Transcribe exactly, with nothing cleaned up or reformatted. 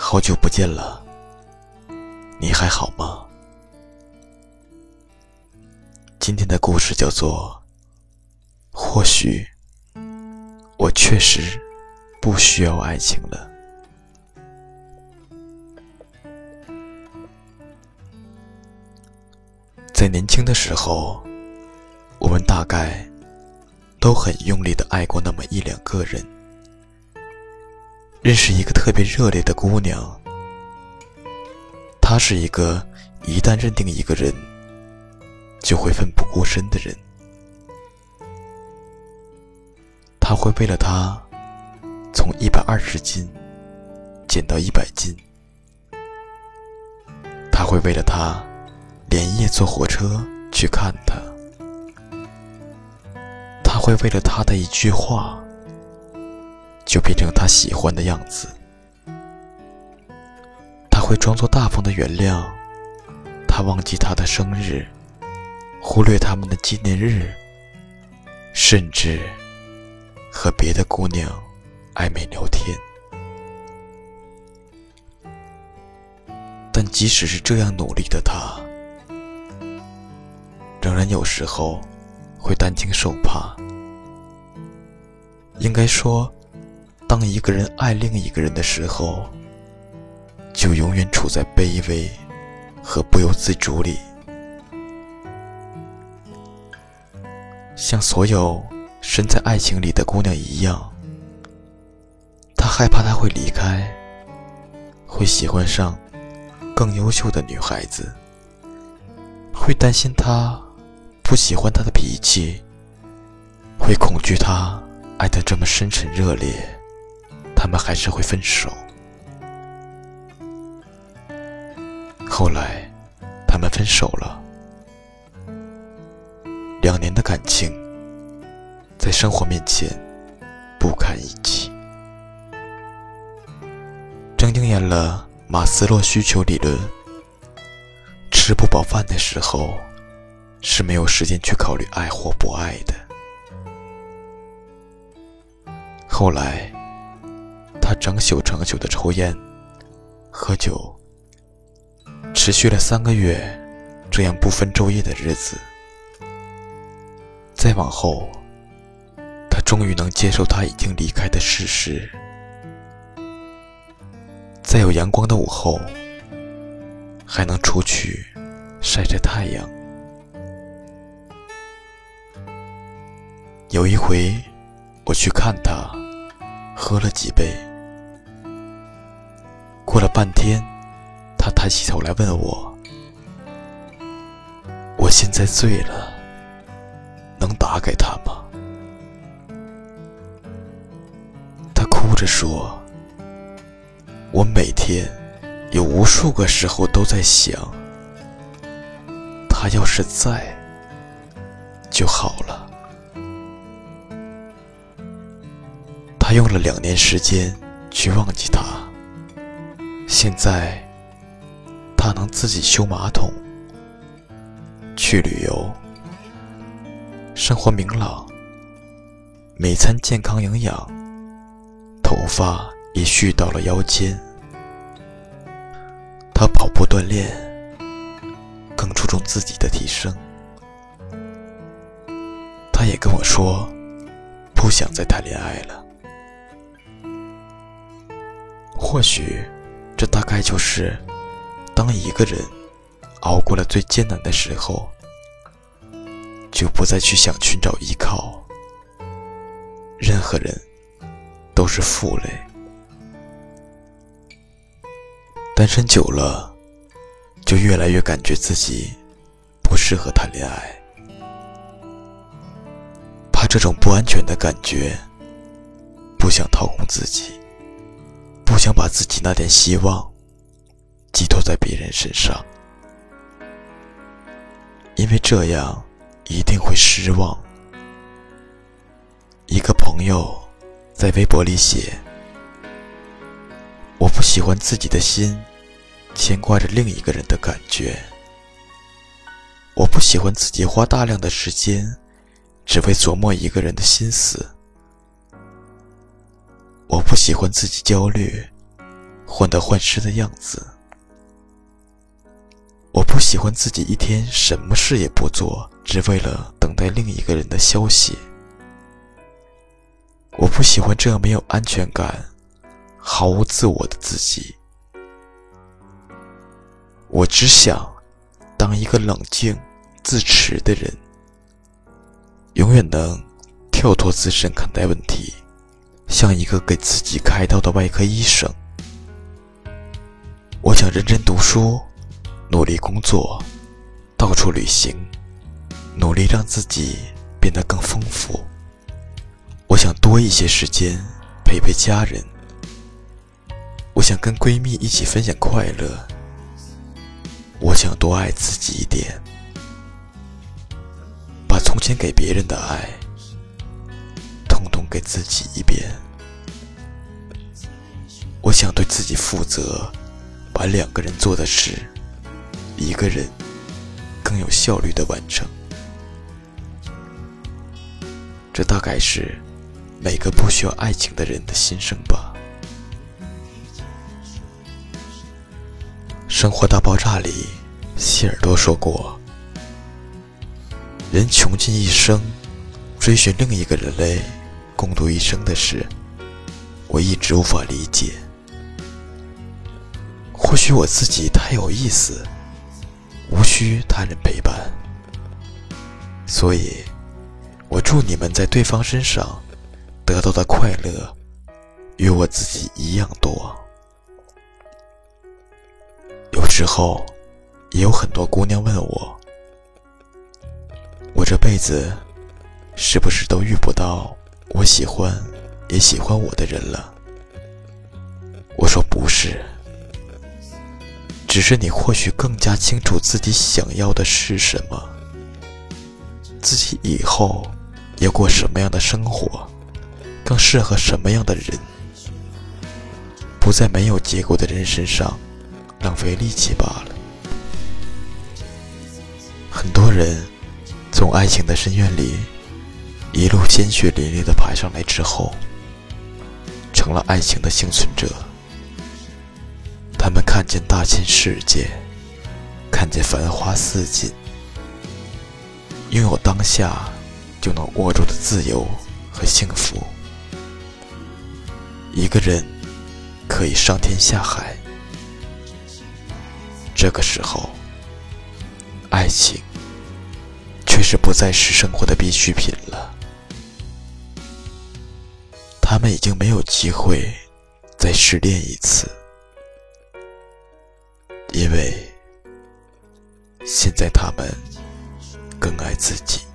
好久不见了，你还好吗？今天的故事叫做或许我确实不需要爱情了。在年轻的时候，我们大概都很用力地爱过那么一两个人。认识一个特别热烈的姑娘，她是一个一旦认定一个人就会奋不顾身的人。她会为了他从一百二十斤减到一百斤，她会为了他连夜坐火车去看他，她会为了他的一句话就变成他喜欢的样子，他会装作大方的原谅他忘记他的生日，忽略他们的纪念日，甚至和别的姑娘暧昧聊天。但即使是这样努力的他，仍然有时候会担惊受怕。应该说，当一个人爱另一个人的时候，就永远处在卑微和不由自主里。像所有身在爱情里的姑娘一样，她害怕他会离开，会喜欢上更优秀的女孩子，会担心他不喜欢她的脾气，会恐惧他爱得这么深沉热烈，他们还是会分手。后来他们分手了，两年的感情在生活面前不堪一击。正应验了马斯洛需求理论，吃不饱饭的时候是没有时间去考虑爱或不爱的。后来他整宿整宿的抽烟喝酒，持续了三个月，这样不分昼夜的日子。再往后，他终于能接受他已经离开的事实。在有阳光的午后，还能出去晒晒太阳。有一回我去看他，喝了几杯，过了半天，他抬起头来问我，我现在醉了，能打给他吗？他哭着说，我每天有无数个时候都在想，他要是在就好了。他用了两年时间去忘记他，现在他能自己修马桶，去旅游，生活明朗，每餐健康营养，头发也蓄到了腰间。他跑步锻炼，更注重自己的提升。他也跟我说，不想再谈恋爱了。或许这大概就是当一个人熬过了最艰难的时候，就不再去想寻找依靠，任何人都是负累。单身久了，就越来越感觉自己不适合谈恋爱，怕这种不安全的感觉，不想掏空自己，不想把自己那点希望寄托在别人身上，因为这样一定会失望。一个朋友在微博里写，我不喜欢自己的心牵挂着另一个人的感觉，我不喜欢自己花大量的时间只为琢磨一个人的心思，我不喜欢自己焦虑患得患失的样子。我不喜欢自己一天什么事也不做，只为了等待另一个人的消息。我不喜欢这样没有安全感、毫无自我的自己。我只想当一个冷静、自持的人，永远能跳脱自身看待问题，像一个给自己开刀的外科医生。我想认真读书，努力工作，到处旅行，努力让自己变得更丰富。我想多一些时间陪陪家人，我想跟闺蜜一起分享快乐，我想多爱自己一点，把从前给别人的爱统统给自己一遍。我想对自己负责，把两个人做的事一个人更有效率地完成。这大概是每个不需要爱情的人的心声吧。生活大爆炸里，希尔多说过，人穷尽一生追寻另一个人类共度一生的事，我一直无法理解。或许我自己太有意思，无需他人陪伴，所以我祝你们在对方身上得到的快乐与我自己一样多。有时候也有很多姑娘问我，我这辈子是不是都遇不到我喜欢也喜欢我的人了？我说不是，只是你或许更加清楚自己想要的是什么，自己以后要过什么样的生活，更适合什么样的人，不在没有结果的人身上浪费力气罢了。很多人从爱情的深渊里一路鲜血淋漓地爬上来之后，成了爱情的幸存者。他们看见大千世界，看见繁花似锦，拥有当下就能握住的自由和幸福。一个人可以上天下海，这个时候，爱情却是不再是生活的必需品了。他们已经没有机会再失恋一次，因为现在他们更爱自己。